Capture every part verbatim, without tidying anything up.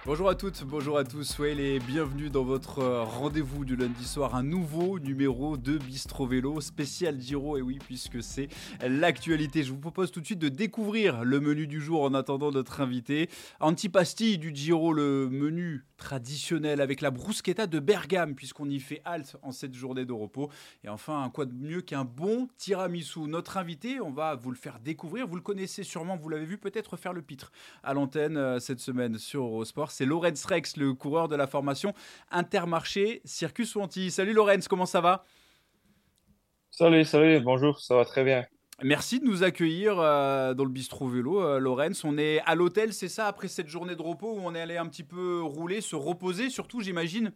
Bonjour à toutes, bonjour à tous, soyez les bienvenus dans votre euh, rendez-vous du lundi soir, un nouveau numéro de Bistro Vélo spécial Giro, et oui, puisque c'est l'actualité. Je vous propose tout de suite de découvrir le menu du jour en attendant notre invité. Antipasti du Giro, le menu traditionnel avec la bruschetta de Bergame, puisqu'on y fait halte en cette journée de repos. Et enfin, quoi de mieux qu'un bon tiramisu. Notre invité, on va vous le faire découvrir, vous le connaissez sûrement, vous l'avez vu peut-être faire le pitre à l'antenne euh, cette semaine sur Eurosport. C'est Lorenz Rex, le coureur de la formation Intermarché Circus Wanty. Salut Lorenz, comment ça va? Salut, salut, bonjour, ça va très bien. Merci de nous accueillir euh, dans le bistrot vélo, euh, Lorenz. On est à l'hôtel, c'est ça, après cette journée de repos où on est allé un petit peu rouler, se reposer, surtout, j'imagine.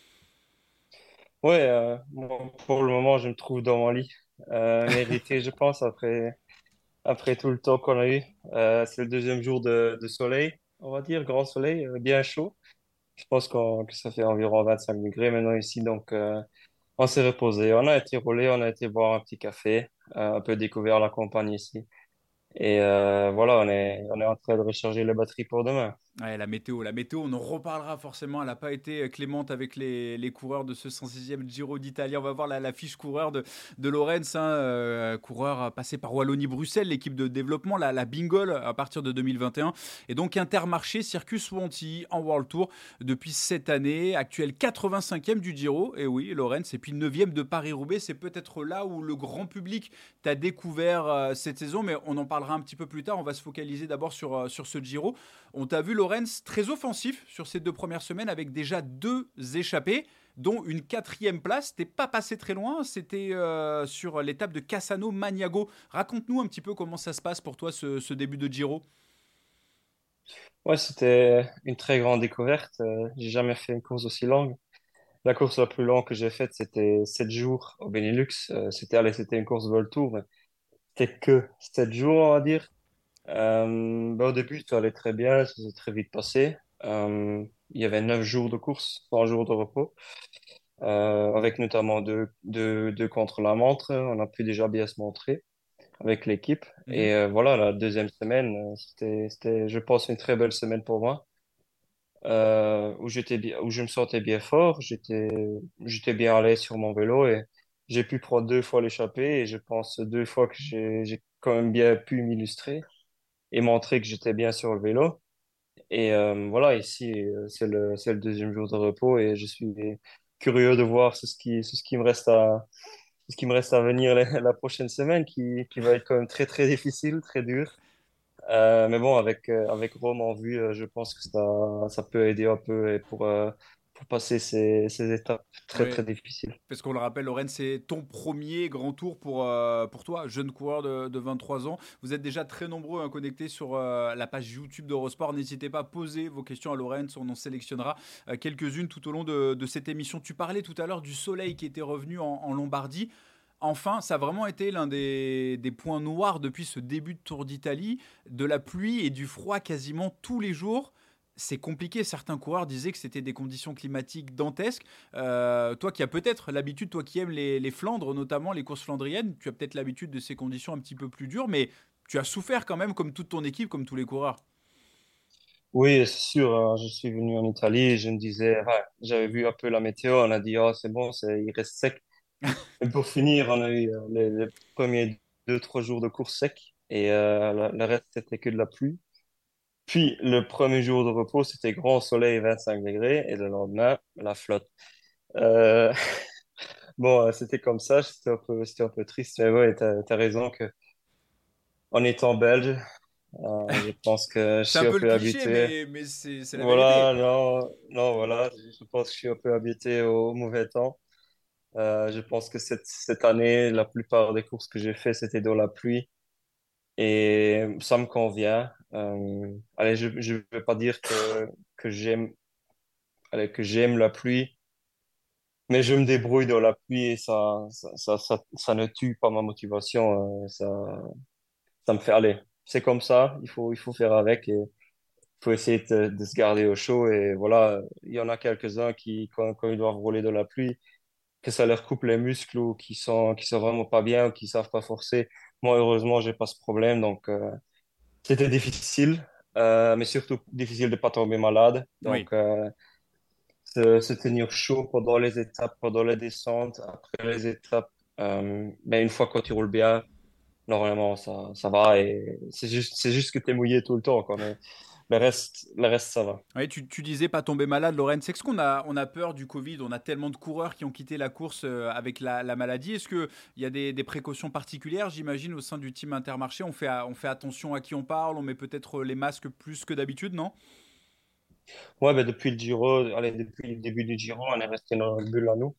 Ouais, euh, moi, pour le moment, je me trouve dans mon lit, euh, mérité, je pense, après, après tout le temps qu'on a eu. Euh, c'est le deuxième jour de, de soleil, on va dire, grand soleil, euh, bien chaud. Je pense qu'on, que ça fait environ vingt-cinq degrés maintenant ici, donc euh, on s'est reposé. On a été roulé, on a été boire un petit café, euh, un peu découvert la campagne ici. Et euh, voilà, on est, on est en train de recharger les batteries pour demain. Ouais, la météo, la météo, on en reparlera forcément. Elle n'a pas été euh, clémente avec les, les coureurs de ce cent sixième Giro d'Italie. On va voir la, la fiche coureur de, de Lorenz, hein, euh, coureur passé par Wallonie-Bruxelles, l'équipe de développement, la, la Bingol à partir de deux mille vingt et un. Et un. Et donc Intermarché Circus Wanty en World Tour depuis cette année, actuel quatre-vingt-cinquième du Giro. Et oui, Lorenz, et puis neuvième de Paris-Roubaix. C'est peut-être là où le grand public t'a découvert euh, cette saison, mais on en parlera un petit peu plus tard. On va se focaliser d'abord sur, euh, sur ce Giro. On t'a vu, Lorenz, très offensif sur ces deux premières semaines avec déjà deux échappées, dont une quatrième place. T'es pas passé très loin, c'était euh, sur l'étape de Cassano Magnago. Raconte-nous un petit peu comment ça se passe pour toi ce, ce début de Giro. Ouais, c'était une très grande découverte. Euh, j'ai jamais fait une course aussi longue. La course la plus longue que j'ai faite, c'était sept jours au Benelux. Euh, c'était, allez, c'était une course World Tour, mais c'était que sept jours, on va dire. Euh, bah, au début, ça allait très bien, ça s'est très vite passé. Euh, il y avait neuf jours de course, trois jours de repos, euh, avec notamment deux, deux, deux contre-la-montre. On a pu déjà bien se montrer avec l'équipe. Mhm. Et euh, voilà, la deuxième semaine, euh, c'était, c'était, je pense, une très belle semaine pour moi. Euh, où j'étais bien, où je me sentais bien fort, j'étais, j'étais bien à l'aise sur mon vélo et j'ai pu prendre deux fois l'échappée et je pense deux fois que j'ai, j'ai quand même bien pu m'illustrer et montrer que j'étais bien sur le vélo. Et euh, voilà, ici, euh, c'est le, c'est le deuxième jour de repos et je suis curieux de voir ce qui, ce qui me reste à, ce qui me reste à venir la, la prochaine semaine qui, qui va être quand même très, très difficile, très dur. Euh, mais bon, avec, euh, avec Rome en vue, euh, je pense que ça, ça peut aider un peu et pour, euh, pour passer ces, ces étapes très, Oui, très difficiles. parce qu'on le rappelle, Lorenz, c'est ton premier grand tour pour, euh, pour toi, jeune coureur de, de vingt-trois ans. Vous êtes déjà très nombreux à connecter sur euh, la page YouTube d'Eurosport. N'hésitez pas à poser vos questions à Lorenz. On en sélectionnera euh, quelques-unes tout au long de, de cette émission. Tu parlais tout à l'heure du soleil qui était revenu en, en Lombardie. Enfin, ça a vraiment été l'un des, des points noirs depuis ce début de Tour d'Italie, de la pluie et du froid quasiment tous les jours. C'est compliqué. Certains coureurs disaient que c'était des conditions climatiques dantesques. Euh, toi qui as peut-être l'habitude, toi qui aimes les, les Flandres, notamment les courses flandriennes, tu as peut-être l'habitude de ces conditions un petit peu plus dures, mais tu as souffert quand même comme toute ton équipe, comme tous les coureurs. Oui, c'est sûr, hein, je suis venu en Italie et je me disais, ouais, j'avais vu un peu la météo, on a dit, oh, c'est bon, c'est, il reste sec. Et pour finir, on a eu euh, les, les premiers deux, trois jours de course sec et euh, le, le reste, c'était que de la pluie. Puis, le premier jour de repos, c'était grand soleil, vingt-cinq degrés, et le lendemain, la flotte. Euh, Bon, euh, c'était comme ça, c'était un peu, c'était un peu triste, mais ouais, t'as, t'as raison que en étant belge, euh, je pense que je C'est un suis un peu le peu cliché, habitué. mais, mais c'est c'est la vérité. Voilà, non, non, voilà, je pense que je suis un peu habitué au mauvais temps. Euh, je pense que cette, cette année, la plupart des courses que j'ai fait, c'était dans la pluie et ça me convient. Euh, allez, je, je vais pas dire que, que j'aime, allez, que j'aime la pluie, mais je me débrouille dans la pluie et ça, ça, ça, ça, ça ne tue pas ma motivation. euh, ça, ça me fait aller. C'est comme ça, il faut, il faut faire avec et il faut essayer de, de se garder au chaud. Et voilà, il y en a quelques-uns qui, quand, quand ils doivent rouler dans la pluie, que ça leur coupe les muscles ou qui sont, qui sont vraiment pas bien ou qui savent pas forcer. Moi, heureusement, j'ai pas ce problème, donc euh, c'était difficile. euh, mais surtout difficile de pas tomber malade. Oui. Donc, euh, se, se tenir chaud pendant les étapes, pendant les descentes, après les étapes. Euh, mais une fois que tu roules bien, normalement, ça, ça va. Et c'est juste, c'est juste que tu es mouillé tout le temps, quoi. Mais le reste, le reste, ça va. Oui, tu, tu disais pas tomber malade, Lorraine. C'est ce qu'on a, on a peur du Covid. On a tellement de coureurs qui ont quitté la course euh, avec la, la maladie. Est-ce qu'il y a des, des précautions particulières, j'imagine, au sein du team Intermarché? On fait, on fait attention à qui on parle, on met peut-être les masques plus que d'habitude, non? Ouais, ben depuis le Giro, allez, depuis le début du Giro, on est resté dans notre bulle à nous.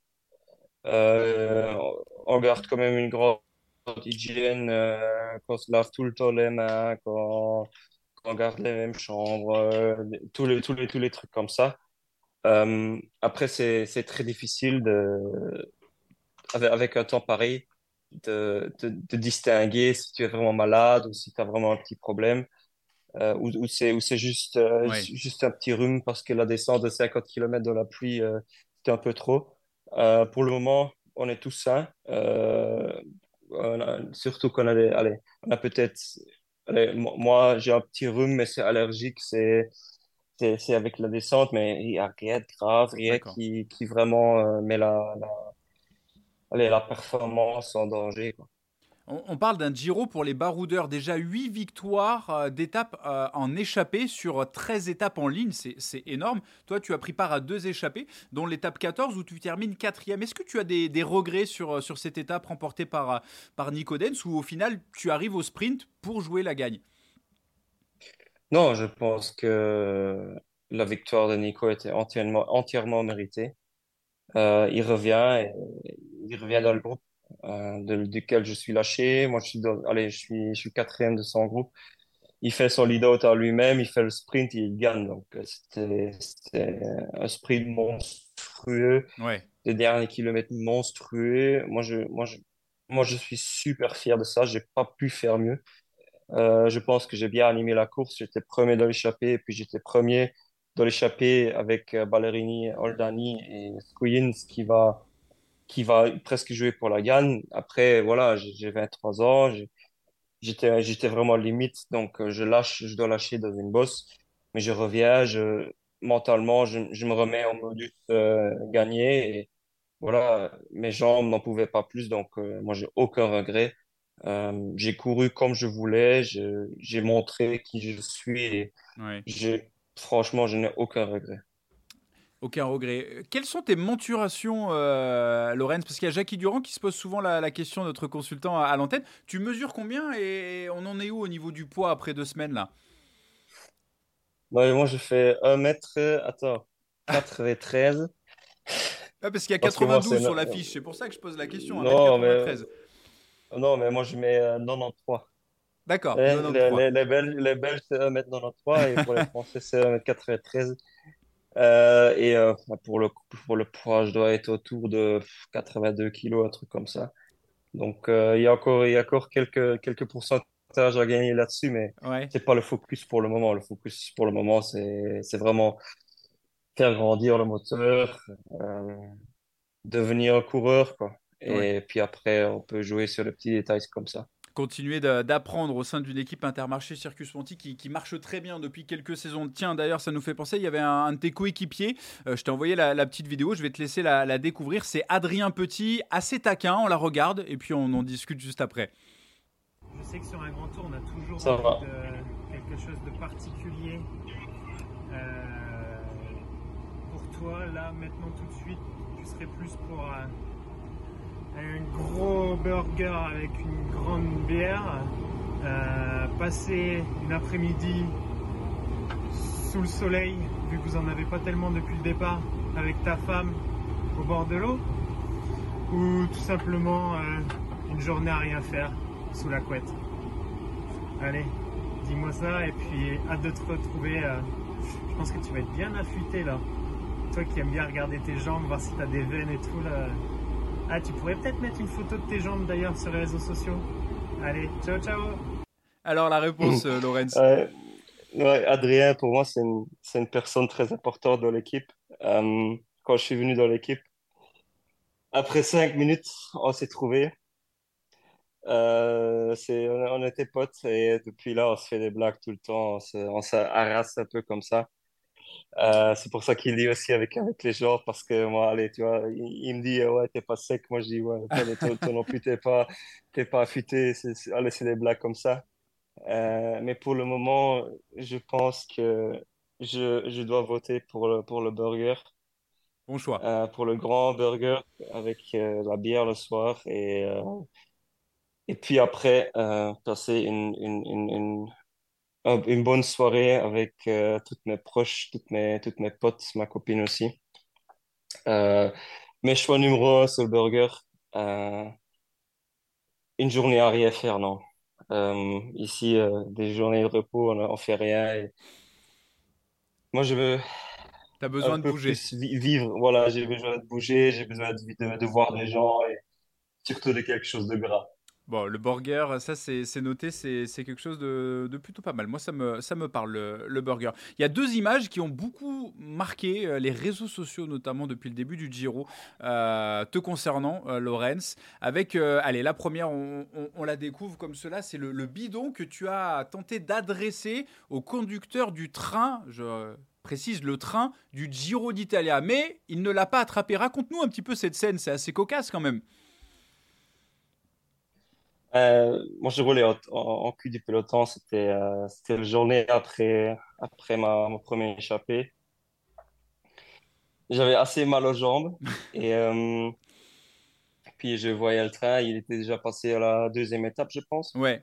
Euh, on garde quand même une grande hygiène, euh, qu'on se lave tout le temps les mains, qu'on qu'on garde les mêmes chambres, euh, tous les, tous les, tous les trucs comme ça. Euh, après, c'est, c'est très difficile de, avec, avec un temps pareil, de, de, de distinguer si tu es vraiment malade ou si tu as vraiment un petit problème, euh, ou, ou c'est, ou c'est juste, euh, Oui, juste un petit rhume parce que la descente de cinquante kilomètres dans la pluie, euh, c'était un peu trop. Euh, pour le moment, on est tous sains. Euh, on a- surtout qu'on a des, allez, on a peut-être, allez, mo- moi, j'ai un petit rhume, mais c'est allergique, c'est, c'est, c'est avec la descente, mais il n'y a rien de grave, rien d'accord. qui, qui vraiment euh, met la, la, allez, la performance en danger, quoi. On, on parle d'un Giro pour les baroudeurs. Déjà huit victoires euh, d'étapes euh, en échappée sur treize étapes en ligne. C'est c'est énorme. Toi, tu as pris part à deux échappées, dont l'étape quatorze où tu termines quatrième. Est-ce que tu as des, des regrets sur, euh, sur cette étape remportée par, euh, par Nico Dens ou au final, tu arrives au sprint pour jouer la gagne? Non, je pense que la victoire de Nico était entièrement, entièrement méritée. Euh, il revient, et, il revient dans le groupe euh, de- duquel je suis lâché. Moi, je suis dans- allez, je suis, je suis quatrième de son groupe. Il fait son lead-out à lui-même, il fait le sprint et il gagne. Donc, euh, c'était, c'était un sprint monstrueux, Ouais, des derniers kilomètres monstrueux. Moi, je, moi, je, moi, je suis super fier de ça. J'ai pas pu faire mieux. Euh, je pense que j'ai bien animé la course. J'étais premier dans l'échappée, et puis j'étais premier dans l'échappée avec euh, Ballerini, Oldani et Squins qui va, qui va presque jouer pour la gagne. Après, voilà, j'ai j'ai vingt-trois ans, j'ai- j'étais, j'étais vraiment limite, donc euh, je lâche, je dois lâcher dans une bosse, mais je reviens, je, mentalement, je, je me remets en modus euh, gagner et voilà, mes jambes n'en pouvaient pas plus, donc euh, moi, j'ai aucun regret. Euh, j'ai couru comme je voulais, je- j'ai montré qui je suis et ouais. j'ai, franchement, je n'ai aucun regret. Aucun regret. Quelles sont tes monturations, euh, Lorenz? Parce qu'il y a Jackie Durand qui se pose souvent la, la question, notre consultant à, à l'antenne. Tu mesures combien et on en est où au niveau du poids après deux semaines là? Ouais, moi, je fais un mètre, attends, quatre-vingt-treize, Ah, parce qu'il y a parce que moi, quatre-vingt-douze c'est, sur no- la fiche, c'est pour ça que je pose la question, non, mais, un mètre quatre-vingt-treize. non, mais moi, je mets euh, quatre-vingt-treize. D'accord, Eh, Les, quatre-vingt-treize. les, les Belges, les Belges, c'est un mètre quatre-vingt-treize et pour les Français, c'est un mètre quatre-vingt-treize. Euh, et euh, pour le, pour le poids, je dois être autour de quatre-vingt-deux kilos, un truc comme ça. Donc, euh, il y a encore, il y a encore quelques, quelques pourcentages à gagner là-dessus, mais Ouais, c'est pas le focus pour le moment. Le focus pour le moment, c'est, c'est vraiment faire grandir le moteur, euh, devenir un coureur, quoi. ouais. Et puis après, on peut jouer sur les petits détails comme ça. Continuer d'a- d'apprendre au sein d'une équipe Intermarché Circus Monti qui, qui marche très bien depuis quelques saisons. Tiens, d'ailleurs, ça nous fait penser, il y avait un, un de tes coéquipiers, euh, je t'ai envoyé la, la petite vidéo, je vais te laisser la, la découvrir. C'est Adrien Petit, assez taquin, on la regarde et puis on en discute juste après. Je sais que sur un grand tour, on a toujours Ça envie va. de quelque chose de particulier. Euh, pour toi, là, maintenant, tout de suite, tu serais plus pour un, un gros burger avec une grande bière, euh, passer une après-midi sous le soleil, vu que vous en avez pas tellement depuis le départ, avec ta femme au bord de l'eau, ou tout simplement euh, une journée à rien faire sous la couette. Allez, dis-moi ça et puis hâte de te retrouver. euh, je pense que tu vas être bien affûté là. Toi qui aimes bien regarder tes jambes, voir si t'as des veines et tout là. Ah, tu pourrais peut-être mettre une photo de tes jambes d'ailleurs sur les réseaux sociaux. Allez, ciao ciao. Alors la réponse, euh, Lorenz. Ouais, ouais, Adrien, pour moi, c'est une, c'est une personne très importante dans l'équipe. Euh, quand je suis venu dans l'équipe, après cinq minutes, on s'est trouvé. Euh, c'est, on, on était potes et depuis là, on se fait des blagues tout le temps. On se, on s'arrasse un peu comme ça. Euh, c'est pour ça qu'il dit aussi avec, avec les gens, parce que moi, allez, tu vois, il, il me dit, euh, ouais, t'es pas sec. Moi, je dis, ouais, toi, toi, toi non plus, t'es pas, t'es pas affûté. C'est, c'est- allez, c'est des blagues comme ça. Euh, mais pour le moment, je pense que je, je dois voter pour le, pour le burger, Bon choix. euh, pour le grand burger avec euh, la bière le soir. Et, euh, et puis après, euh, passer une, une, une, une, un- une bonne soirée avec euh, toutes mes proches, toutes mes, toutes mes potes, ma copine aussi. Euh, Mes choix numéro un sur le burger, euh, une journée à rien faire, non. Euh, ici, euh, des journées de repos, on, on fait rien. Et moi, je veux T'as un besoin de peu bouger. plus vi- vivre. Voilà, j'ai besoin de bouger, j'ai besoin de, de, de voir des gens et surtout de quelque chose de gras. Bon, le burger, ça c'est c'est noté, c'est c'est quelque chose de, de plutôt pas mal. Moi, ça me, ça me parle, le, le burger. Il y a deux images qui ont beaucoup marqué euh, les réseaux sociaux, notamment depuis le début du Giro, euh, te concernant, euh, Lorenz. Avec, euh, allez, la première, on, on- on la découvre comme cela, c'est le, le bidon que tu as tenté d'adresser au conducteur du train, je euh, précise, le train du Giro d'Italia. Mais il ne l'a pas attrapé. Raconte-nous un petit peu cette scène, c'est assez cocasse quand même. Euh, moi, je roulais en, en, en cul du peloton. C'était euh, c'était la journée après, après ma, mon premier échappé. J'avais assez mal aux jambes. Et euh, puis, je voyais le train. Il était déjà passé à la deuxième étape, je pense. Ouais.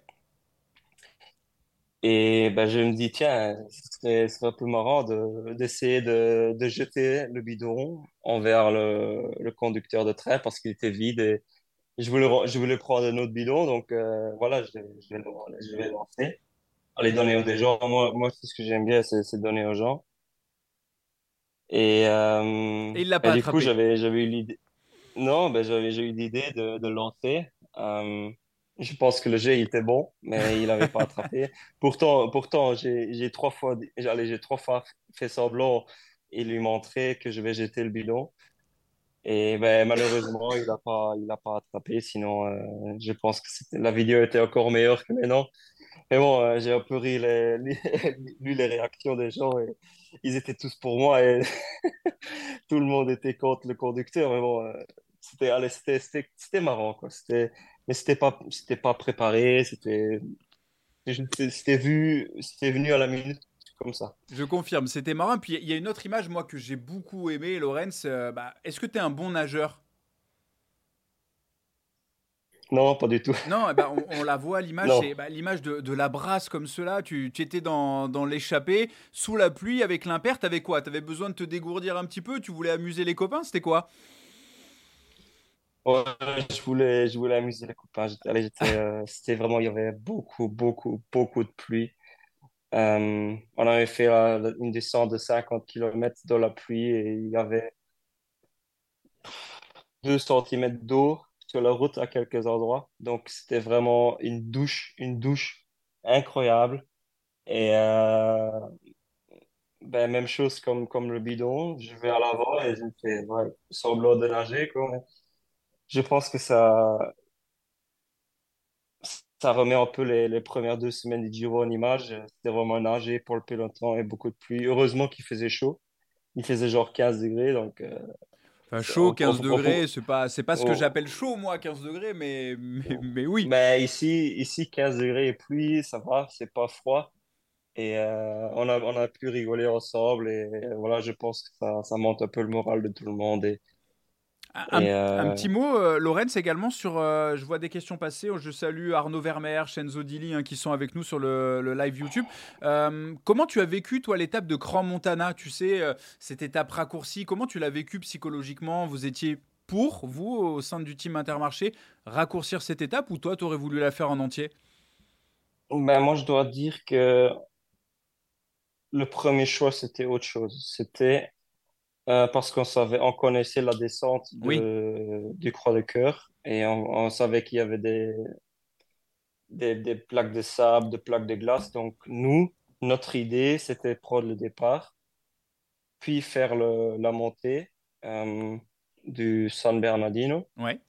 Et ben, je me dis, tiens, ce serait, ce serait un peu marrant de, d'essayer de, de jeter le bidon envers le, le conducteur de train parce qu'il était vide et je voulais, je voulais prendre un autre bidon. Donc, euh, voilà, je, je vais, le- je vais le lancer. Aller donner aux gens. Moi, moi, c'est ce que j'aime bien, c'est c'est donner aux gens. Et, euh, Et il l'a et pas du coup, attrapé. j'avais, j'avais eu l'idée. Non, ben, j'avais, j'ai eu l'idée de, de le lancer. Euh, je pense que le jet il était bon, mais il n'avait pas attrapé. Pourtant, pourtant, j'ai, j'ai trois fois, allez, j'ai trois fois fait semblant et lui montrer que je vais jeter le bidon. Et ben, malheureusement, il n'a pas, il a pas attrapé. Sinon, euh, je pense que c'était- la vidéo était encore meilleure que maintenant. Mais bon, euh, j'ai un peu ri les, les, lu les réactions des gens et ils étaient tous pour moi et tout le monde était contre le conducteur. Mais bon, euh, c'était, allez, c'était, c'était, c'était marrant, quoi. C'était, mais c'était pas, c'était pas préparé, c'était, c'était c'était vu, c'était venu à la minute comme ça. Je confirme, c'était marrant. Puis il y a une autre image, moi, que j'ai beaucoup aimé, Lorenz. Euh, bah, est-ce que tu es un bon nageur? Non, pas du tout. Non, eh ben, on, on la voit, l'image, Non. c'est bah, l'image de, de la brasse comme cela. Tu, tu étais dans, dans l'échappée, sous la pluie, avec l'impair. T'avais quoi? T'avais besoin de te dégourdir un petit peu? Tu voulais amuser les copains? C'était quoi? Ouais, je voulais, je voulais amuser les copains. J'étais, allez, j'étais, euh, c'était vraiment, il y avait beaucoup, beaucoup, beaucoup de pluie. Euh, on avait fait euh, une descente de cinquante kilomètres dans la pluie et il y avait deux centimètres d'eau sur la route à quelques endroits. Donc, c'était vraiment une douche, une douche incroyable. Et euh, ben, même chose comme, comme le bidon, je vais à l'avant et je me fais ouais, semblant de nager, quoi. Je pense que ça, ça remet un peu les, les premières deux semaines du Giro en image. C'était vraiment nager pour le peloton et beaucoup de pluie. Heureusement qu'il faisait chaud. Il faisait genre quinze degrés, donc euh, Enfin, c'est- chaud, on, on, quinze on, degrés, c'est pas, c'est pas ce que on- j'appelle chaud, moi, quinze degrés, mais, mais, mais oui. Mais ici, ici, quinze degrés et pluie, ça va, c'est pas froid. Et euh, on a, on a pu rigoler ensemble. Et euh, voilà, je pense que ça, ça monte un peu le moral de tout le monde. Et, Un, et un euh, petit mot, euh, Lorenz, également sur. Euh, je vois des questions passer. Je salue Arnaud Vermeer, Shenzo Dili, hein, qui sont avec nous sur le, le live YouTube. Euh, comment tu as vécu, toi, l'étape de Grand Montana? Tu sais, euh, cette étape raccourcie, comment tu l'as vécu psychologiquement? Vous étiez pour, vous, au sein du team Intermarché, raccourcir cette étape ou toi, tu aurais voulu la faire en entier? ben, moi, je dois dire que le premier choix, c'était autre chose. C'était euh, parce qu'on savait, on connaissait la descente Oui, de, du Croix de Cœur et on, on savait qu'il y avait des, des, des plaques de sable, des plaques de glace. Donc, nous, notre idée, c'était prendre le départ, puis faire le, la montée euh, du San Bernardino. ouais.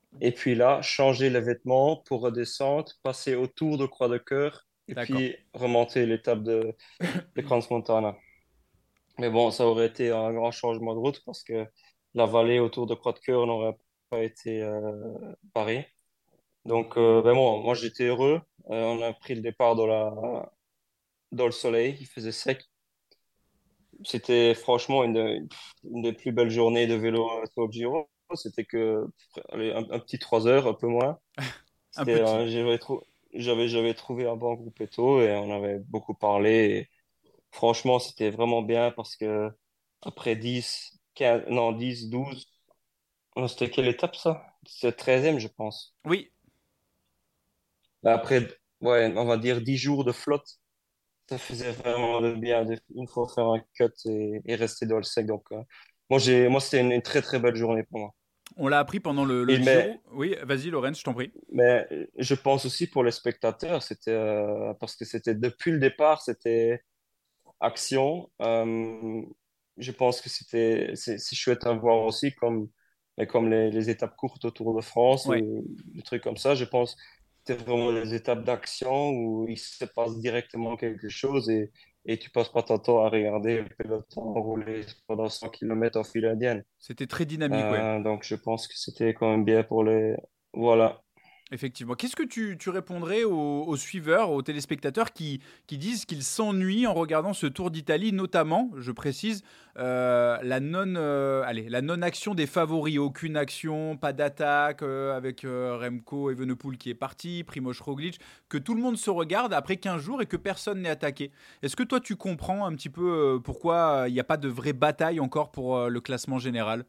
Et puis là, changer les vêtements pour redescendre, passer autour de Croix de Cœur et D'accord. puis remonter l'étape de, de Crans-Montana. Mais bon, ça aurait été un grand changement de route parce que la vallée autour de Croix de Cœur n'aurait pas été euh, pareille. Donc, euh, ben bon, moi j'étais heureux. Euh, on a pris le départ dans la, dans le soleil, il faisait sec. C'était franchement une, de- une des plus belles journées de vélo euh, sur le Giro. C'était que allez, un, un petit trois heures, un peu moins. Un C'était, petit. euh, j'avais trou- j'avais, j'avais trouvé un bon groupe et tout, et on avait beaucoup parlé. Et franchement, c'était vraiment bien parce que après dix quinze non, dix douze non, c'était quelle étape ça? C'était treizième, je pense. Oui, Après, ouais, on va dire dix jours de flotte. Ça faisait vraiment de bien de- une fois faire un cut et, et rester dans le sec. Donc, euh, moi, j'ai, moi, c'était une, une très, très belle journée pour moi. on l'a appris pendant le, le Et, mais, Giro. Oui, vas-y, Lorenz, je t'en prie. mais je pense aussi pour les spectateurs, c'était, euh, parce que c'était depuis le départ, c'était action. Euh, je pense que c'était, c'est, c'est chouette à voir aussi, comme, mais comme les, les étapes courtes au Tour de France Ouais. ou des trucs comme ça. Je pense que c'était vraiment des étapes d'action où il se passe directement quelque chose et, et tu passes pas ton temps à regarder le peloton rouler pendant cent kilomètres en file indienne. C'était très dynamique, ouais. Euh, donc je pense que c'était quand même bien pour les... Voilà. Effectivement. Qu'est-ce que tu, tu répondrais aux, aux suiveurs, aux téléspectateurs qui, qui disent qu'ils s'ennuient en regardant ce Tour d'Italie, notamment, je précise, euh, la non, euh, allez, la non-action des favoris, aucune action, pas d'attaque euh, avec euh, Remco Evenepoel qui est parti, Primoz Roglic, que tout le monde se regarde après quinze jours et que personne n'est attaqué. Est-ce que toi tu comprends un petit peu euh, pourquoi il n'y a pas de vraie bataille encore pour euh, le classement général?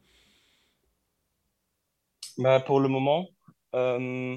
Mais pour le moment, euh,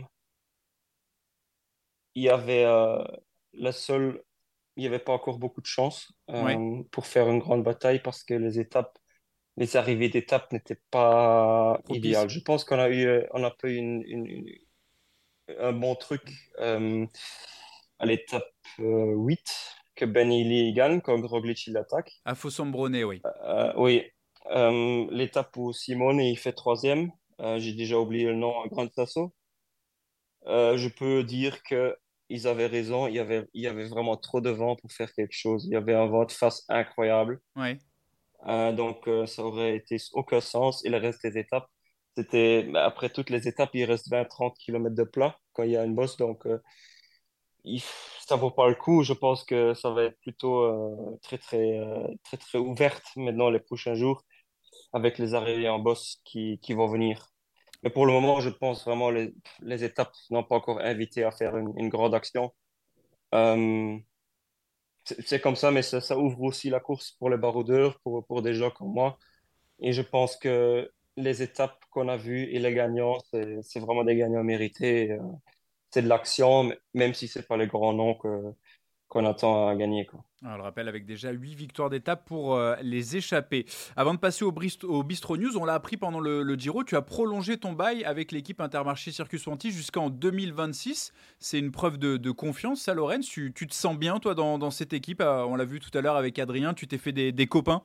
il y avait euh, la seule il n'y avait pas encore beaucoup de chance Ouais, euh, pour faire une grande bataille parce que les étapes, les arrivées d'étapes n'étaient pas propice. idéales. Je pense qu'on a eu, euh, on a pas eu une, une- une- un bon truc euh, à l'étape euh, huit que Ben Ili gagne quand Roglic il attaque. À Fossombrone, oui. Euh, oui, Euh, l'étape où Simone il fait troisième, euh, j'ai déjà oublié le nom, Grand Sasso. Euh, je peux dire que ils avaient raison. Il y avait, il y avait vraiment trop de vent pour faire quelque chose. Il y avait un vent de face incroyable. Ouais. Euh, donc, euh, ça aurait été aucun sens. Et le reste des étapes, c'était, bah, après toutes les étapes, il reste vingt trente kilomètres de plat quand il y a une bosse. Donc, euh, il, ça vaut pas le coup. Je pense que ça va être plutôt euh, très, très, euh, très, très ouverte maintenant les prochains jours avec les arrivées en bosse qui, qui vont venir. Mais pour le moment, je pense vraiment les, les étapes n'ont pas encore invité à faire une, une grande action. Euh, c'est c'est comme ça, mais ça, ça ouvre aussi la course pour les baroudeurs, pour, pour des gens comme moi. Et je pense que les étapes qu'on a vues et les gagnants, c'est, c'est vraiment des gagnants mérités. Euh, C'est de l'action, m- même si c'est pas les grands noms que, qu'on attend à gagner, quoi. Alors, on le rappelle avec déjà huit victoires d'étape pour euh, les échapper. Avant de passer au, Brist- au Bistro News, on l'a appris pendant le, le Giro, tu as prolongé ton bail avec l'équipe Intermarché Circus Wanty jusqu'en deux mille vingt-six. C'est une preuve de, de confiance, ça, Lorenz. Tu, tu te sens bien, toi, dans, dans cette équipe? Euh, On l'a vu tout à l'heure avec Adrien, tu t'es fait des, des copains.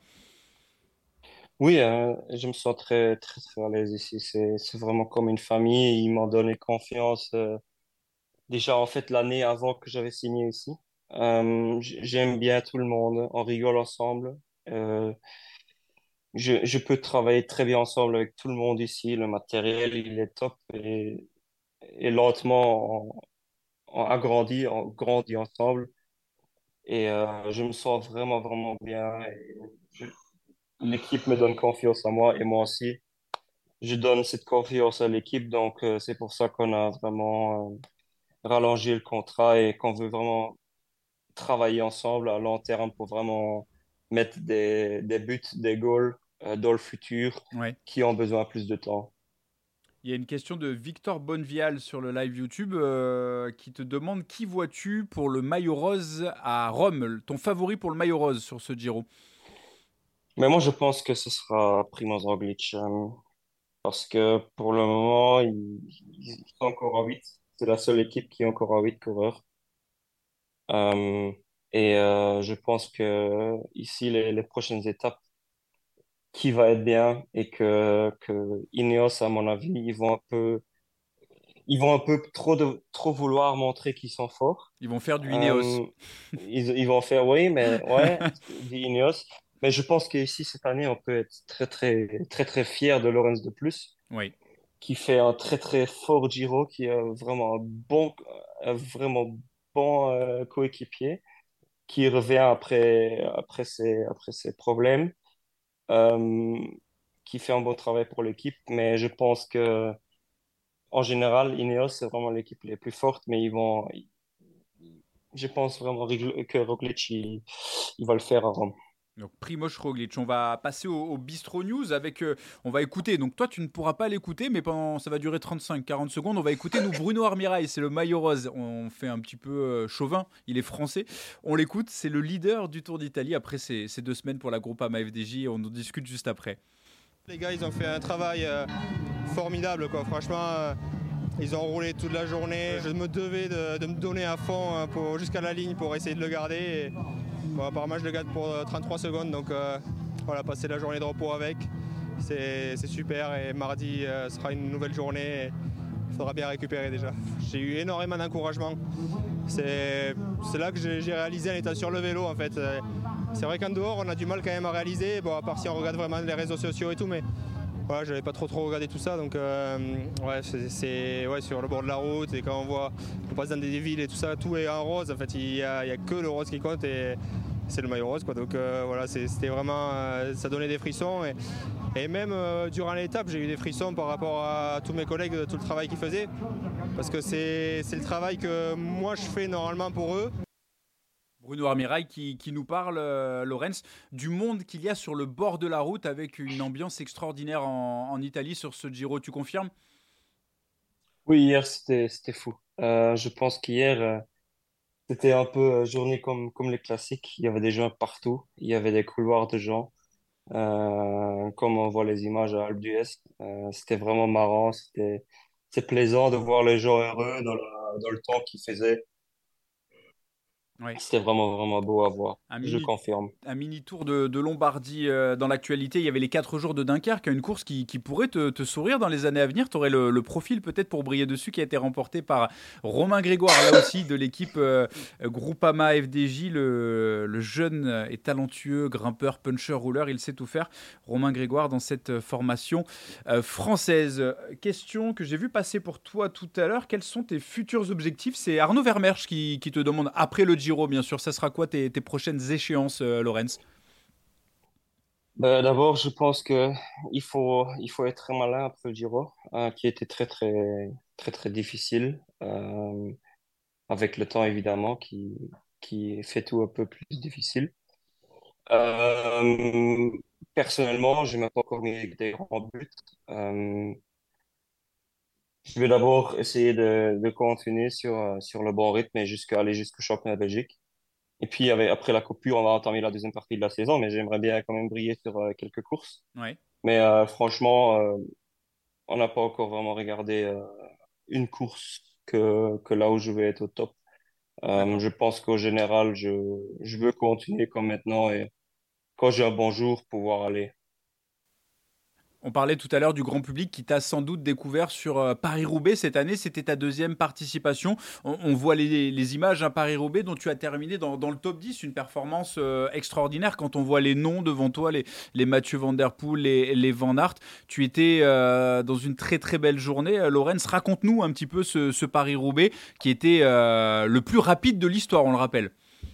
Oui, euh, je me sens très, très, très à l'aise ici. C'est, c'est vraiment comme une famille. Ils m'ont donné confiance. Euh, déjà, en fait, l'année avant que j'avais signé ici. Euh, j- j'aime bien tout le monde. On rigole ensemble. Euh, je, je peux travailler très bien ensemble avec tout le monde ici. Le matériel, il est top. Et, et lentement, on, on agrandit, on grandit ensemble. Et euh, je me sens vraiment, vraiment bien. Et je- l'équipe me donne confiance à moi et moi aussi. Je donne cette confiance à l'équipe. Donc, euh, c'est pour ça qu'on a vraiment euh, rallongé le contrat et qu'on veut vraiment travailler ensemble à long terme pour vraiment mettre des, des buts, des goals euh, dans le futur Ouais. qui ont besoin de plus de temps. Il y a une question de Victor Bonnevial sur le live YouTube euh, qui te demande qui vois-tu pour le maillot rose à Rome, ton favori pour le maillot rose sur ce Giro? Mais moi, je pense que ce sera Primoz Roglic euh, parce que pour le moment, ils, ils sont encore à huit. C'est la seule équipe qui est encore à huit coureurs. Euh, et euh, je pense que ici, les, les prochaines étapes, qui va être bien et que, que Ineos, à mon avis, ils vont un peu ils vont un peu trop, de, trop vouloir montrer qu'ils sont forts. Ils vont faire du Ineos. Euh, ils, ils vont faire, oui, mais ouais, du Ineos. Mais je pense qu'ici, cette année, on peut être très, très, très, très fier de Lorenz de Plus, Oui. qui fait un très, très fort Giro, qui est vraiment un bon, un vraiment bon euh, coéquipier, qui revient après, après ses, après ses problèmes, euh, qui fait un bon travail pour l'équipe. Mais je pense que, en général, Ineos, c'est vraiment l'équipe les plus forte, mais ils vont, je pense vraiment Rigl- que Roglic, il, il va le faire à Rome. Donc Primoz Roglic, on va passer au, au Bistro News avec, euh, on va écouter, donc toi tu ne pourras pas l'écouter, mais pendant, ça va durer trente-cinq quarante secondes, on va écouter nous Bruno Armirail, c'est le maillot rose, on fait un petit peu euh, chauvin, il est français, on l'écoute, c'est le leader du Tour d'Italie après ces, ces deux semaines pour la Groupama F D J, on en discute juste après. Les gars, ils ont fait un travail euh, formidable, quoi. Franchement, euh, ils ont roulé toute la journée. Je me devais de, de me donner à fond euh, pour, jusqu'à la ligne pour essayer de le garder. Et, bon, apparemment, je le garde pour euh, trente-trois secondes. Donc euh, voilà, passer la journée de repos avec, c'est, c'est super. Et mardi euh, sera une nouvelle journée. Et il faudra bien récupérer déjà. J'ai eu énormément d'encouragement. C'est, c'est là que j'ai, j'ai réalisé en étant sur le vélo, en fait. C'est vrai qu'en dehors, on a du mal quand même à réaliser. Bon, à part si on regarde vraiment les réseaux sociaux et tout, mais voilà, j'avais pas trop trop regardé tout ça. Donc euh, ouais, c'est, c'est ouais, sur le bord de la route, et quand on voit, on passe dans des villes et tout ça, tout est en rose. En fait, il y a, il y a que le rose qui compte, et c'est le maillot rose, quoi. Donc euh, voilà, c'est, c'était vraiment, euh, ça donnait des frissons. Et, et même euh, durant l'étape, j'ai eu des frissons par rapport à tous mes collègues, de tout le travail qu'ils faisaient, parce que c'est, c'est le travail que moi je fais normalement pour eux. Bruno Armirail qui, qui nous parle, euh, Lorenz, du monde qu'il y a sur le bord de la route avec une ambiance extraordinaire en, en Italie sur ce Giro, tu confirmes? Oui, hier, c'était, c'était fou. Euh, je pense qu'hier, euh, c'était un peu euh, journée comme, comme les classiques. Il y avait des gens partout. Il y avait des couloirs de gens. Euh, comme on voit les images à Alpe d'Huez. Euh, c'était vraiment marrant. C'était, c'est plaisant de voir les gens heureux dans, la- dans le temps qu'ils faisaient. Oui. C'était vraiment, vraiment beau à voir. Un Je mini, confirme. un mini tour de, de Lombardie euh, dans l'actualité. Il y avait les quatre jours de Dunkerque, une course qui, qui pourrait te, te sourire dans les années à venir. Tu aurais le, le profil peut-être pour briller dessus, qui a été remporté par Romain Grégoire, là aussi de l'équipe euh, Groupama F D J, le, le jeune et talentueux grimpeur, puncher, rouleur. Il sait tout faire. Romain Grégoire dans cette formation euh, française. Question que j'ai vu passer pour toi tout à l'heure. Quels sont tes futurs objectifs? C'est Arnaud Vermersch qui, qui te demande, après le Giro bien sûr, ça sera quoi tes, tes prochaines échéances, euh, Lorenz? Ben, d'abord, je pense que il faut, il faut être très malin après le Giro, hein, qui était très, très, très, très difficile, euh, avec le temps évidemment, qui, qui fait tout un peu plus difficile. Euh, Personnellement, je n'ai pas encore mis des grands buts. Euh, je vais d'abord essayer de, de continuer sur, euh, sur le bon rythme et jusqu'à aller jusqu'au championnat de Belgique. Et puis, avec- après la coupure, on va entamer la deuxième partie de la saison, mais j'aimerais bien quand même briller sur euh, quelques courses. Ouais, Mais euh, franchement, euh, on n'a pas encore vraiment regardé euh, une course que, que là où je vais être au top. Euh, d'accord. je pense qu'au général, je, je veux continuer comme maintenant et quand j'ai un bon jour, pouvoir aller. On parlait tout à l'heure du grand public qui t'a sans doute découvert sur euh, Paris-Roubaix cette année. C'était ta deuxième participation. On, on voit les, les images à Paris-Roubaix dont tu as terminé dans, dans le top dix. Une performance euh, extraordinaire quand on voit les noms devant toi, les, les Mathieu Van Der Poel, les, les Van Aert. Tu étais euh, dans une très très belle journée. Euh, Lorenz, raconte-nous un petit peu ce, ce Paris-Roubaix qui était euh, le plus rapide de l'histoire, on le rappelle.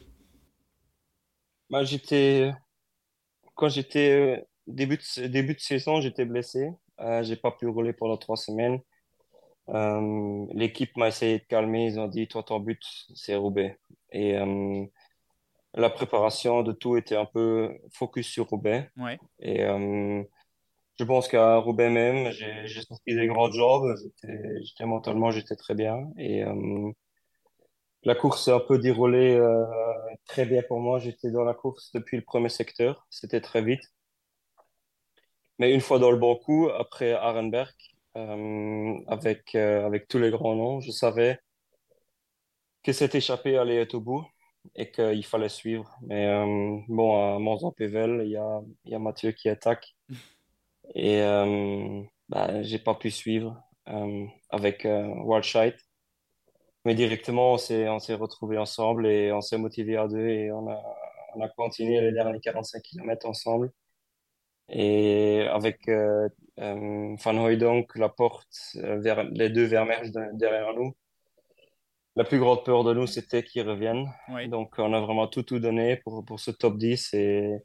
Bah, j'étais, quand j'étais euh, début de, début de saison, j'étais blessé. Euh, j'ai pas pu rouler pendant trois semaines. Euh, l'équipe m'a essayé de calmer. Ils ont dit, toi, ton but, c'est Roubaix. Et euh, la préparation de tout était un peu focus sur Roubaix. Ouais. Et euh, je pense qu'à Roubaix même, j'ai j'ai sorti des grandes jambes. J'étais, j'étais mentalement, j'étais très bien. Et euh, la course s'est un peu déroulée euh, très bien pour moi. J'étais dans la course depuis le premier secteur. C'était très vite. Mais une fois dans le bon coup, après Arenberg, euh, avec, euh, avec tous les grands noms, je savais que cette échappée allait être au bout et qu'il fallait suivre. Mais euh, bon, à Monzon-Pével, il y a, il y a Mathieu qui attaque et euh, bah, j'ai pas pu suivre. euh, avec euh, Waldscheid. Mais directement, on s'est, on s'est retrouvés ensemble et on s'est motivés à deux et on a, on a continué les derniers quarante-cinq kilomètres ensemble. Et avec euh, euh, Van Hooijdonk, Laporte, euh, vers, les deux Vermeersch de- derrière nous, la plus grande peur de nous, c'était qu'ils reviennent. Oui. Donc, on a vraiment tout, tout donné pour, pour ce top dix et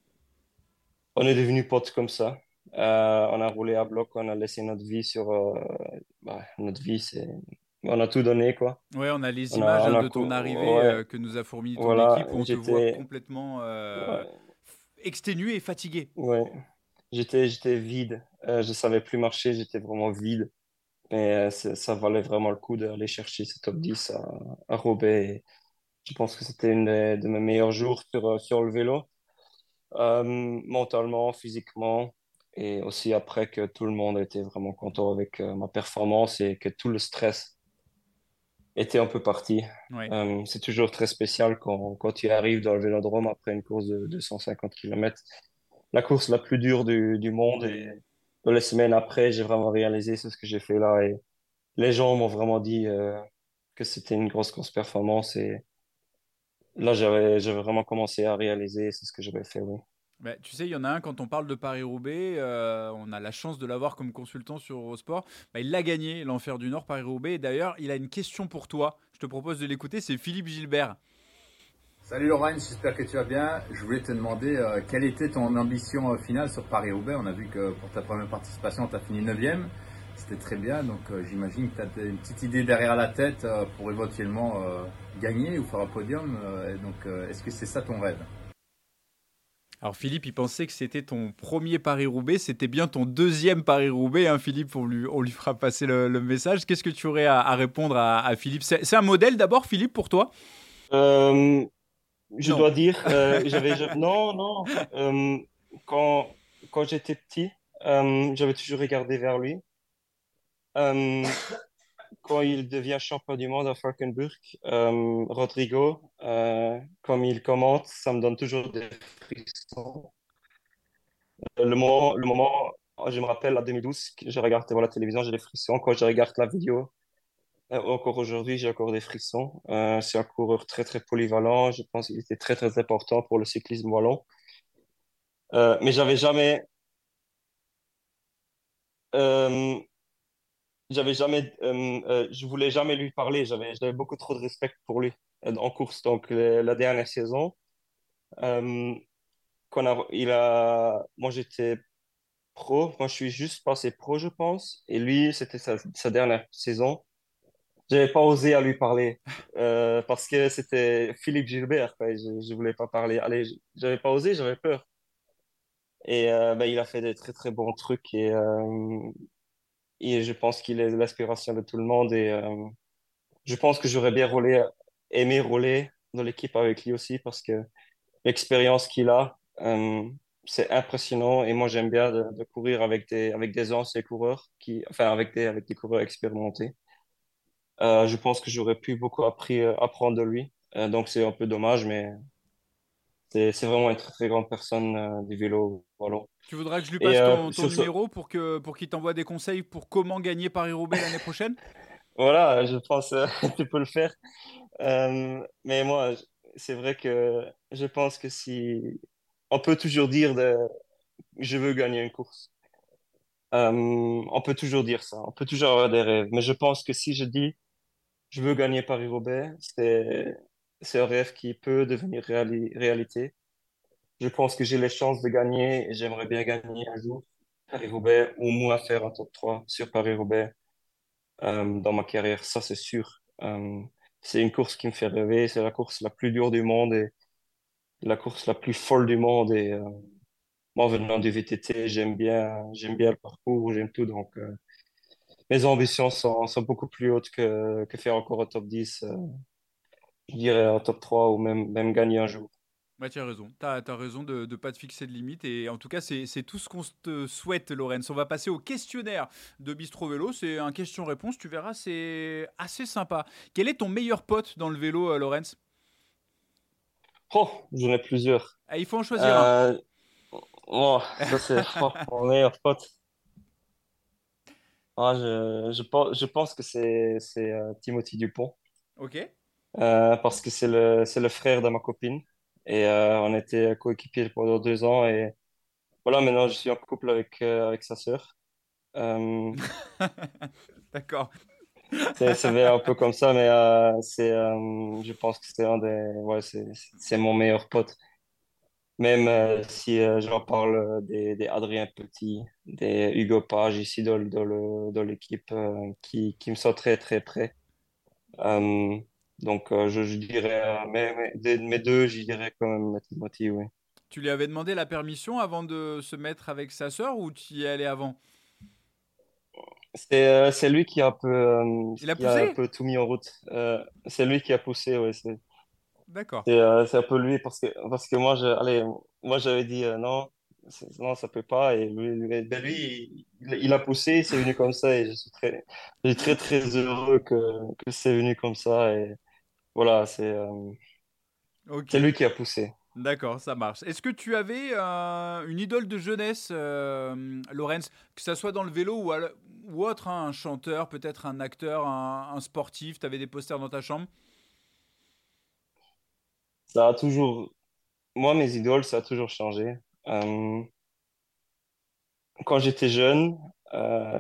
on est devenus potes comme ça. Euh, on a roulé à bloc, on a laissé notre vie sur... euh, bah, notre vie, c'est... On a tout donné, quoi. Ouais, on a les On a, images on hein, a, de cou- ton arrivée ouais, euh, que nous a fourni ton voilà, équipe où on te voit j'étais, complètement euh, ouais, exténué et fatigué. ouais, j'étais, j'étais vide. Euh, je savais plus marcher, j'étais vraiment vide. Mais euh, c'est- ça valait vraiment le coup d'aller chercher ce top dix à, à Roubaix. Et je pense que c'était une des- de mes meilleurs jours sur, euh, sur le vélo. Euh, mentalement, physiquement, et aussi après que tout le monde était vraiment content avec euh, ma performance et que tout le stress était un peu parti. Ouais. Euh, c'est toujours très spécial quand, quand tu arrives dans le vélodrome après une course de deux cent cinquante kilomètres, la course la plus dure du, du monde. Et dans les semaines après, j'ai vraiment réalisé ce que j'ai fait là. Et les gens m'ont vraiment dit euh, que c'était une grosse, grosse performance. Et là, j'avais, j'avais vraiment commencé à réaliser c'est ce que j'avais fait, oui. Bah, tu sais, il y en a un, quand on parle de Paris-Roubaix, euh, on a la chance de l'avoir comme consultant sur Eurosport. Bah, il l'a gagné, l'Enfer du Nord, Paris-Roubaix. Et d'ailleurs, il a une question pour toi. Je te propose de l'écouter, c'est Philippe Gilbert. Salut Laurent, j'espère que tu vas bien. Je voulais te demander euh, quelle était ton ambition euh, finale sur Paris-Roubaix. On a vu que pour ta première participation, tu as fini neuvième. C'était très bien, donc euh, j'imagine que tu as une petite idée derrière la tête euh, pour éventuellement euh, gagner ou faire un podium. Euh, et donc, euh, est-ce que c'est ça ton rêve? Alors Philippe, il pensait que c'était ton premier Paris-Roubaix. C'était bien ton deuxième Paris-Roubaix, hein, Philippe. On lui, on lui fera passer le, le message. Qu'est-ce que tu aurais à, à répondre à, à Philippe? C'est c'est un modèle d'abord, Philippe, pour toi? Euh, je Non. dois dire, euh, j'avais, ja- non, non, euh, quand, quand j'étais petit, euh, j'avais toujours regardé vers lui. Euh, Quand il devient champion du monde à Falkenburg, euh, Rodrigo, euh, comme il commente, ça me donne toujours des frissons. Le moment, le moment, je me rappelle, en deux mille douze, que je regarde devant la télévision, j'ai des frissons. Quand je regarde la vidéo, euh, encore aujourd'hui, j'ai encore des frissons. Euh, c'est un coureur très, très polyvalent. Je pense qu'il était très, très important pour le cyclisme wallon. Euh, mais j'avais jamais, euh, j'avais jamais, euh, euh, je voulais jamais lui parler. J'avais, j'avais beaucoup trop de respect pour lui euh, en course. Donc, le- la dernière saison, euh, qu'on a, il a, moi j'étais pro. Moi, je suis juste passé pro, je pense. Et lui, c'était sa, sa dernière saison. J'avais pas osé à lui parler euh, parce que c'était Philippe Gilbert, quoi, et je, je voulais pas parler. Allez, j'avais pas osé, j'avais peur. Et euh, ben, il a fait des très très bons trucs et, euh, et je pense qu'il est l'inspiration de tout le monde et euh, je pense que j'aurais bien roulé, aimé rouler dans l'équipe avec lui aussi parce que l'expérience qu'il a, euh, c'est impressionnant et moi j'aime bien de, de courir avec des avec des anciens coureurs qui, enfin avec des avec des coureurs expérimentés. Euh, je pense que j'aurais pu beaucoup appris, euh, apprendre de lui. Euh, donc c'est un peu dommage, mais c'est c'est vraiment une très très grande personne euh, du vélo. Voilà. Tu voudras que je lui Et passe euh, ton, ton sur ce, numéro pour que pour qu'il t'envoie des conseils pour comment gagner Paris-Roubaix l'année prochaine? voilà, je pense euh, tu peux le faire. Euh, mais moi, je- c'est vrai que je pense que si on peut toujours dire de je veux gagner une course. Euh, on peut toujours dire ça, on peut toujours avoir des rêves. Mais je pense que si je dis je veux gagner Paris-Roubaix, c'est c'est un rêve qui peut devenir réali- réalité. Je pense que j'ai les chances de gagner et j'aimerais bien gagner un jour Paris-Roubaix ou au moins faire un top trois sur Paris-Roubaix euh, dans ma carrière, ça c'est sûr. Euh, c'est une course qui me fait rêver, c'est la course la plus dure du monde et la course la plus folle du monde. Et euh, moi, venant du V T T, j'aime bien, j'aime bien le parcours, j'aime tout. Donc, euh, mes ambitions sont, sont beaucoup plus hautes que, que faire encore un top dix, euh, je dirais un top trois ou même, même gagner un jour. Ouais, tu as raison. Tu as raison de ne pas te fixer de limite. Et en tout cas, c'est c'est tout ce qu'on te souhaite, Lorenz. On va passer au questionnaire de Bistro Vélo. C'est un question-réponse. Tu verras, c'est assez sympa. Quel est ton meilleur pote dans le vélo, euh, Lorenz? Oh, j'en ai plusieurs. Ah, il faut en choisir un. Euh, oh, ça c'est oh, mon meilleur pote. Ah, je, je pense, je pense que c'est c'est euh, Timothy Dupont. Ok. Euh, parce que c'est le, c'est le frère de ma copine. Et euh, on était coéquipiers pendant deux ans. Et voilà, maintenant je suis en couple avec, euh, avec sa sœur. Euh, D'accord. c'est c'est un peu comme ça, mais euh, c'est, euh, je pense que c'est un des, ouais, c'est c'est mon meilleur pote. Même euh, si euh, j'en parle euh, des, des Adrien Petit, des Hugo Page ici dans, le- dans le- dans l'équipe euh, qui, qui me sont très très près. Euh, donc euh, je, je dirais, euh, mais, mais des- mes deux, je dirais quand même Timothy, oui. Tu lui avais demandé la permission avant de se mettre avec sa sœur ou tu y es allé avant? C'est euh, c'est lui qui a un peu, euh, Il a qui a un poussé? peu tout mis en route. Euh, c'est lui qui a poussé, ouais. C'est D'accord. c'est euh, c'est un peu lui parce que parce que moi je, allez, moi j'avais dit euh, non, c'est- non ça peut pas et lui, lui, ben, lui, il, il a poussé, c'est venu comme ça et je suis très je suis très très heureux que que c'est venu comme ça et voilà c'est euh, c'est Ok. lui qui a poussé. D'accord, ça marche. Est-ce que tu avais euh, une idole de jeunesse, euh, Lorenz, que ça soit dans le vélo ou, à ou autre, hein, un chanteur, peut-être un acteur, un, un sportif, tu avais des posters dans ta chambre? Ça a toujours moi mes idoles ça a toujours changé. Euh, quand j'étais jeune euh,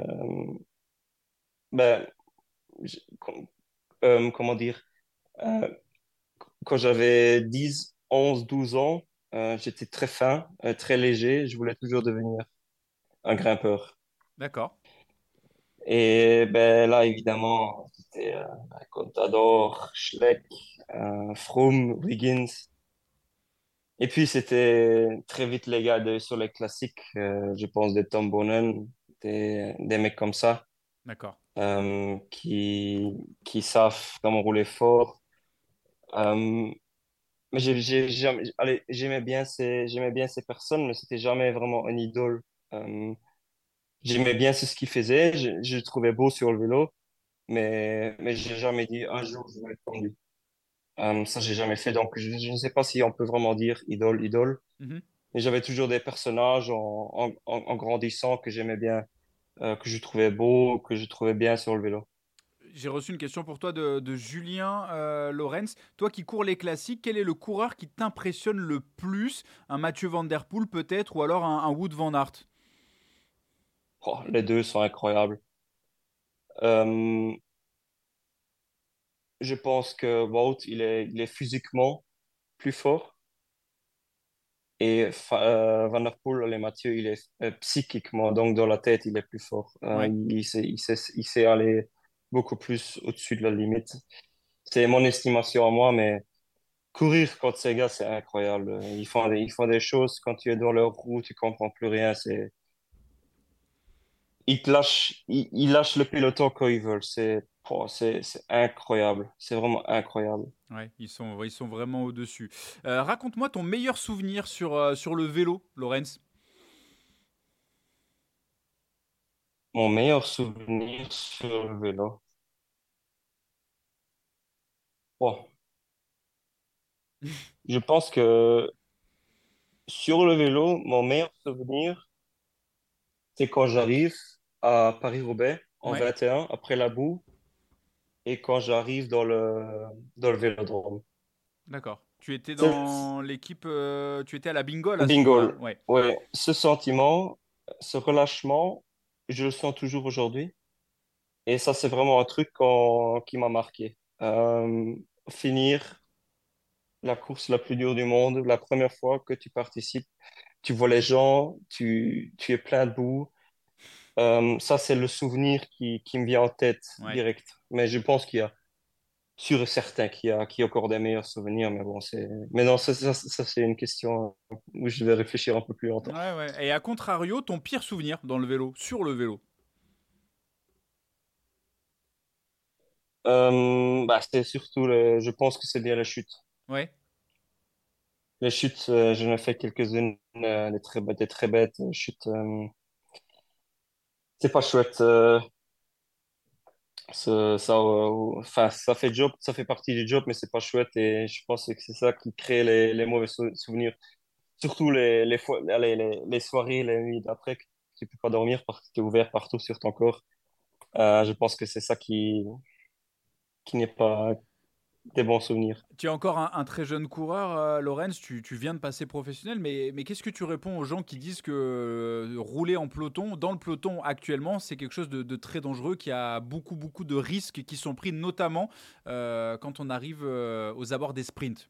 ben j- com- euh, comment dire euh, quand j'avais dix onze douze ans, euh, j'étais très fin, euh, très léger. Je voulais toujours devenir un grimpeur. D'accord. Et ben là, évidemment, c'était euh, ben, Contador, Schleck, euh, Froome, Wiggins. Et puis, c'était très vite les gars de, sur les classiques. Euh, je pense des Tom Boonen, des, des mecs comme ça, D'accord. euh, qui, qui savent comment rouler fort. Euh, Mais j'ai, j'ai, jamais- allez, j'aimais bien ces, j'aimais bien ces personnes, mais c'était jamais vraiment un idole. Euh, j'aimais bien ce qu'ils faisaient, je, je le trouvais beau sur le vélo, mais, mais j'ai jamais dit un jour je vais être comme lui. Euh, ça, j'ai jamais fait, donc je, je ne sais pas si on peut vraiment dire idole, idole, Mhm. mais j'avais toujours des personnages en, en, en, en grandissant que j'aimais bien, euh, que je trouvais beau, que je trouvais bien sur le vélo. J'ai reçu une question pour toi de, de Julien euh, Lorenz. Toi qui cours les classiques, quel est le coureur qui t'impressionne le plus? Un Mathieu Van Der Poel peut-être, ou alors un, un Wout Van Aert? Oh, les deux sont incroyables. Euh, je pense que Wout, il est, il est physiquement plus fort. Et Fa- euh, Van der Poel, les Mathieu, il est euh, psychiquement, donc dans la tête, il est plus fort. Euh, Ouais. il sait, il sait, il sait aller beaucoup plus au-dessus de la limite. C'est mon estimation à moi, mais courir contre ces gars, c'est incroyable. Ils font des, ils font des choses quand tu es dans leur roue, tu comprends plus rien. C'est, ils te lâchent, ils, ils lâchent le peloton quand ils veulent. C'est, oh, c'est, c'est incroyable. C'est vraiment incroyable. Ouais, ils sont, ils sont vraiment au-dessus. Euh, raconte-moi ton meilleur souvenir sur, euh, sur le vélo, Lorenz. Mon meilleur souvenir sur le vélo. Oh, je pense que sur le vélo, mon meilleur souvenir, c'est quand j'arrive à Paris-Roubaix en Ouais, vingt et un, après la boue, et quand j'arrive dans le, dans le vélodrome. d'accord. Tu étais C'est- dans l'équipe, euh, tu étais à la Bingole à ce Bingo. moment-là. Ouais, Ouais, ce sentiment, ce relâchement, je le sens toujours aujourd'hui. Et ça, c'est vraiment un truc qu'on- qui m'a marqué. Euh, finir la course la plus dure du monde, la première fois que tu participes, tu vois les gens, tu, tu es plein de boue. Euh, ça, c'est le souvenir qui, qui me vient en tête ouais. direct. Mais je pense qu'il y a, sûr et certain qu'il y a, qu'il y a encore des meilleurs souvenirs. Mais bon, c'est, mais non, ça, ça, ça, c'est une question où je vais réfléchir un peu plus longtemps. Ouais, ouais. Et à contrario, ton pire souvenir dans le vélo, sur le vélo. Euh, bah, c'est surtout, le, je pense que c'est bien les chutes. Ouais, Les chutes, euh, j'en ai fait quelques-unes, euh, des très, bêtes- des très bêtes. euh, chutes, euh, c'est pas chouette. Euh, ça, ça, euh, enfin, ça fait job, ça fait partie du job, mais c'est pas chouette. Et je pense que c'est ça qui crée les, les mauvais sou- souvenirs. Surtout les, les, fois, allez, les, les soirées, les nuits d'après, que tu peux pas dormir parce que tu es ouvert partout sur ton corps. Euh, je pense que c'est ça qui, qui n'est pas des bons souvenirs. Tu es encore un, un très jeune coureur, euh, Lorenz, tu, tu viens de passer professionnel, mais, mais qu'est-ce que tu réponds aux gens qui disent que euh, rouler en peloton, dans le peloton actuellement, c'est quelque chose de, de très dangereux, qui a beaucoup, beaucoup de risques qui sont pris, notamment euh, quand on arrive euh, aux abords des sprints.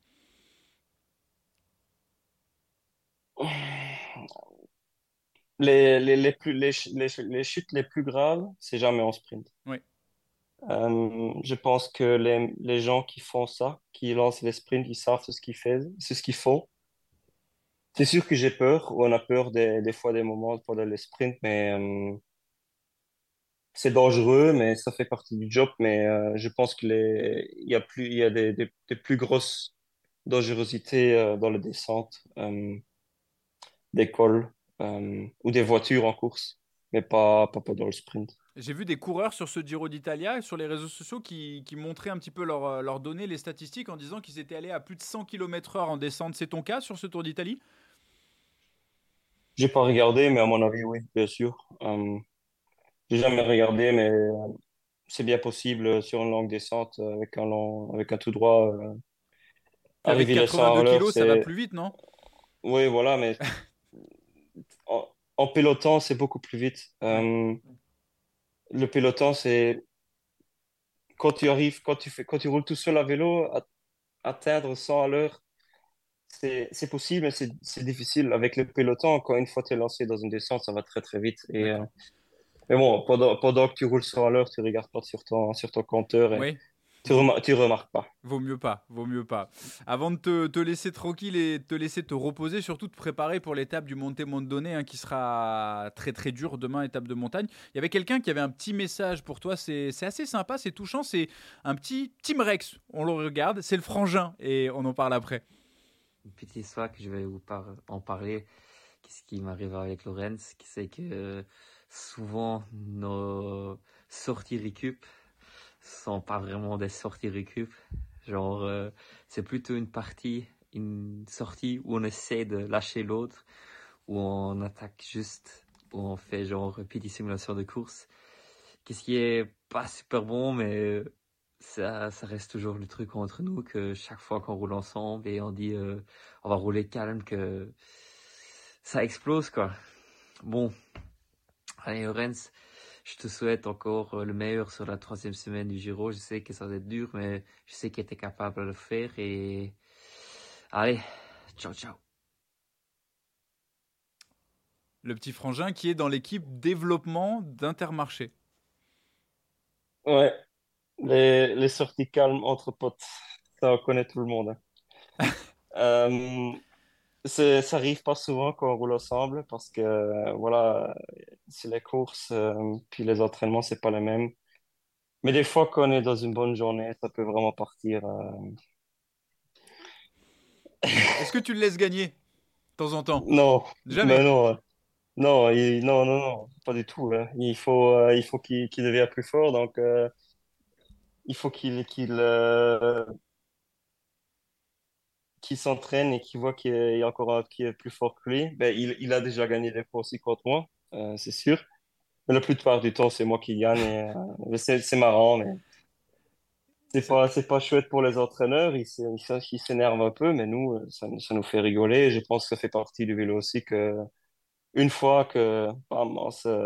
Les, les, les, plus, les, ch- les, ch- les chutes les plus graves, c'est jamais en sprint. Oui, Euh, je pense que les, les gens qui font ça, qui lancent les sprints, ils savent ce qu'ils font, c'est ce qu'ils font. C'est sûr que j'ai peur, ou on a peur des, des fois des moments pendant les sprints, mais euh, c'est dangereux, mais ça fait partie du job. Mais euh, je pense que les, il y a plus, il y a des, des, des plus grosses dangerosités euh, dans les descentes euh, d'école euh, ou des voitures en course, mais pas, pas, pas dans le sprint. j'ai vu des coureurs sur ce Giro d'Italia, sur les réseaux sociaux, qui, qui montraient un petit peu leurs euh, leurs données, les statistiques, en disant qu'ils étaient allés à plus de cent kilomètres heure en descente. C'est ton cas sur ce Tour d'Italie? J'ai pas regardé, mais à mon avis, oui, bien sûr. Euh, j'ai jamais regardé, mais c'est bien possible euh, sur une longue descente euh, avec un long, avec un tout droit. Euh, Puis avec arriver les cent quatre-vingt-deux à l'heure, kilos, ça va c'est, plus vite, non? oui, voilà, mais en, en peloton, c'est beaucoup plus vite. Ouais, Euh, le peloton, c'est quand tu arrives, quand tu fais, quand tu roules tout seul à vélo, à- atteindre cent à l'heure, c'est, c'est possible, mais c'est, c'est difficile. Avec le peloton, quand une fois tu es lancé dans une descente, ça va très très vite. Et, euh, d'accord. mais bon, pendant, pendant que tu roules cent à l'heure, tu regardes pas sur ton, sur ton compteur et Oui, tu, remar- tu remarques pas. vaut mieux pas, vaut mieux pas. Avant de te, te laisser tranquille et te laisser te reposer, surtout te préparer pour l'étape du Monte Mondone, hein, qui sera très très dure demain, étape de montagne. Il y avait quelqu'un qui avait un petit message pour toi, c'est c'est assez sympa, c'est touchant, c'est un petit Tim Rex, on le regarde, c'est le frangin et on en parle après. Une petite histoire que je vais vous par- en parler. Qu'est-ce qui m'arrive avec Lorenz, c'est que euh, souvent nos sorties récup sont pas vraiment des sorties récup. Genre, euh, c'est plutôt une partie, une sortie où on essaie de lâcher l'autre, où on attaque juste, où on fait genre petite simulation de course. Qu'est-ce qui est pas super bon, mais ça, ça reste toujours le truc entre nous que chaque fois qu'on roule ensemble et on dit euh, on va rouler calme, que ça explose quoi. Bon, allez Lorenz, je te souhaite encore euh, le meilleur sur la troisième semaine du Giro. Je sais que ça va être dur, mais je sais que tu es capable de le faire et allez, ciao ciao. Le petit frangin qui est dans l'équipe développement d'Intermarché. Ouais, les, les sorties calmes entre potes, ça on connaît tout le monde. Hein. Euh, c'est, ça arrive pas souvent qu'on roule ensemble parce que euh, voilà, c'est les courses, euh, puis les entraînements, c'est pas les mêmes. Mais des fois, quand on est dans une bonne journée, ça peut vraiment partir. euh. Est-ce que tu le laisses gagner de temps en temps? Non, mais Jamais. non, euh, non, il- non, non, non, pas du tout. Hein. Il faut, euh, il faut qu'il qu'il devienne plus fort, donc euh, il faut qu'il qu'il euh, qu'il s'entraîne et qu'il voit qu'il y a encore un qui est plus fort que lui. Ben, il, il a déjà gagné des fois aussi contre moi, euh, c'est sûr. Mais la plupart du temps, c'est moi qui gagne. Et, euh, mais c'est c'est marrant, mais c'est C'est- pas, c'est pas chouette pour les entraîneurs. Ils s'é- ils s'é- ils s'énervent un peu, mais nous, euh, ça, nous- ça nous fait rigoler. Et je pense que ça fait partie du vélo aussi que une fois que bam, on se,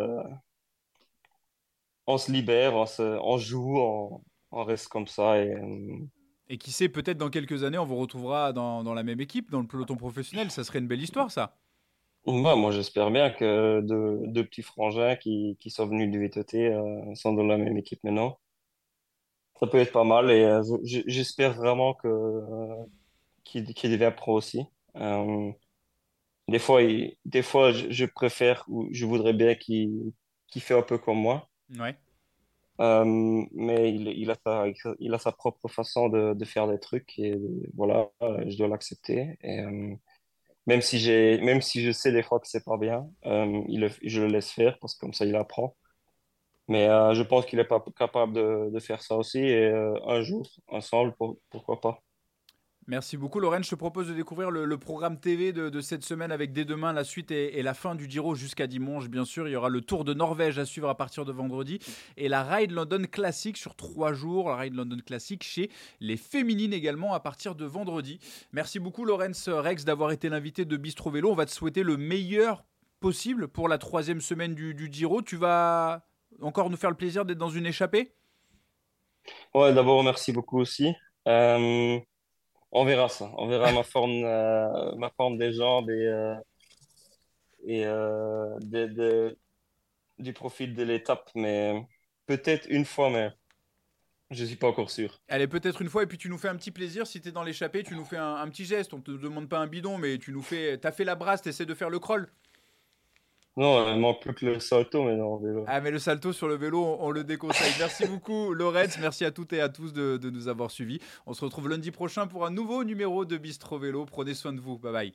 on se libère, on se, on joue, on, on reste comme ça. Et, euh, Et qui sait, peut-être dans quelques années, on vous retrouvera dans, dans la même équipe, dans le peloton professionnel. Ça serait une belle histoire, ça. bah, moi, j'espère bien que deux, deux petits frangins qui, qui sont venus du V T T euh, sont dans la même équipe maintenant. Ça peut être pas mal et euh, j- j'espère vraiment que euh, qu'il qu'il devient pro aussi. Euh, des fois, il- des fois, je, je préfère ou je voudrais bien qu'il qu'il fait un peu comme moi. Ouais. Euh, mais il, il a sa, il a sa propre façon de, de faire des trucs et voilà, euh, je dois l'accepter. Et euh, même si j'ai, même si je sais des fois que c'est pas bien, euh, il le- je le laisse faire parce que comme ça il apprend. Mais euh, je pense qu'il est pas capable de, de faire ça aussi et euh, un jour, ensemble, pour- pourquoi pas. Merci beaucoup, Lorraine. Je te propose de découvrir le, le programme T V de, de cette semaine avec dès demain la suite et, et la fin du Giro jusqu'à dimanche. Bien sûr, il y aura le Tour de Norvège à suivre à partir de vendredi et la Ride London Classic sur trois jours. La Ride London Classic chez les féminines également à partir de vendredi. Merci beaucoup, Laurens Rex, d'avoir été l'invité de Bistro Vélo. On va te souhaiter le meilleur possible pour la troisième semaine du, du Giro. Tu vas encore nous faire le plaisir d'être dans une échappée ? Ouais, d'abord, merci beaucoup aussi. Euh, on verra ça. On verra ma forme, euh, ma forme des jambes et, euh, et euh, de, de- du profil de l'étape. Mais peut-être une fois, mais je suis pas encore sûr. Allez, peut-être une fois, et puis tu nous fais un petit plaisir. Si tu es dans l'échappée, tu nous fais un, un petit geste. On ne te demande pas un bidon, mais tu nous fais. T'as fait la brasse, t'essaies de faire le crawl. Non, il manque plus que le salto, mais non, vélo. Ah, mais le salto sur le vélo, on, on le déconseille. Merci beaucoup, Lorenz. Merci à toutes et à tous de, de nous avoir suivis. On se retrouve lundi prochain pour un nouveau numéro de Bistro Vélo. Prenez soin de vous. Bye bye.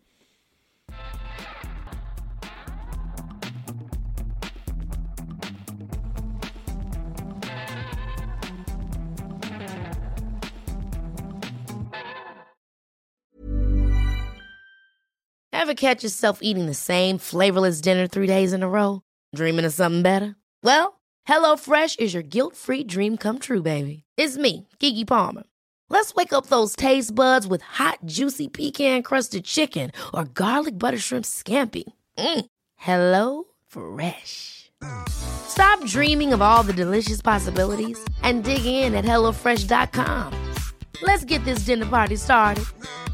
Ever catch yourself eating the same flavorless dinner three days in a row? Dreaming of something better? Well, HelloFresh is your guilt-free dream come true, baby. It's me, Keke Palmer. Let's wake up those taste buds with hot, juicy pecan-crusted chicken or garlic butter shrimp scampi. Mm. Hello Fresh. Stop dreaming of all the delicious possibilities and dig in at hello fresh dot com. Let's get this dinner party started.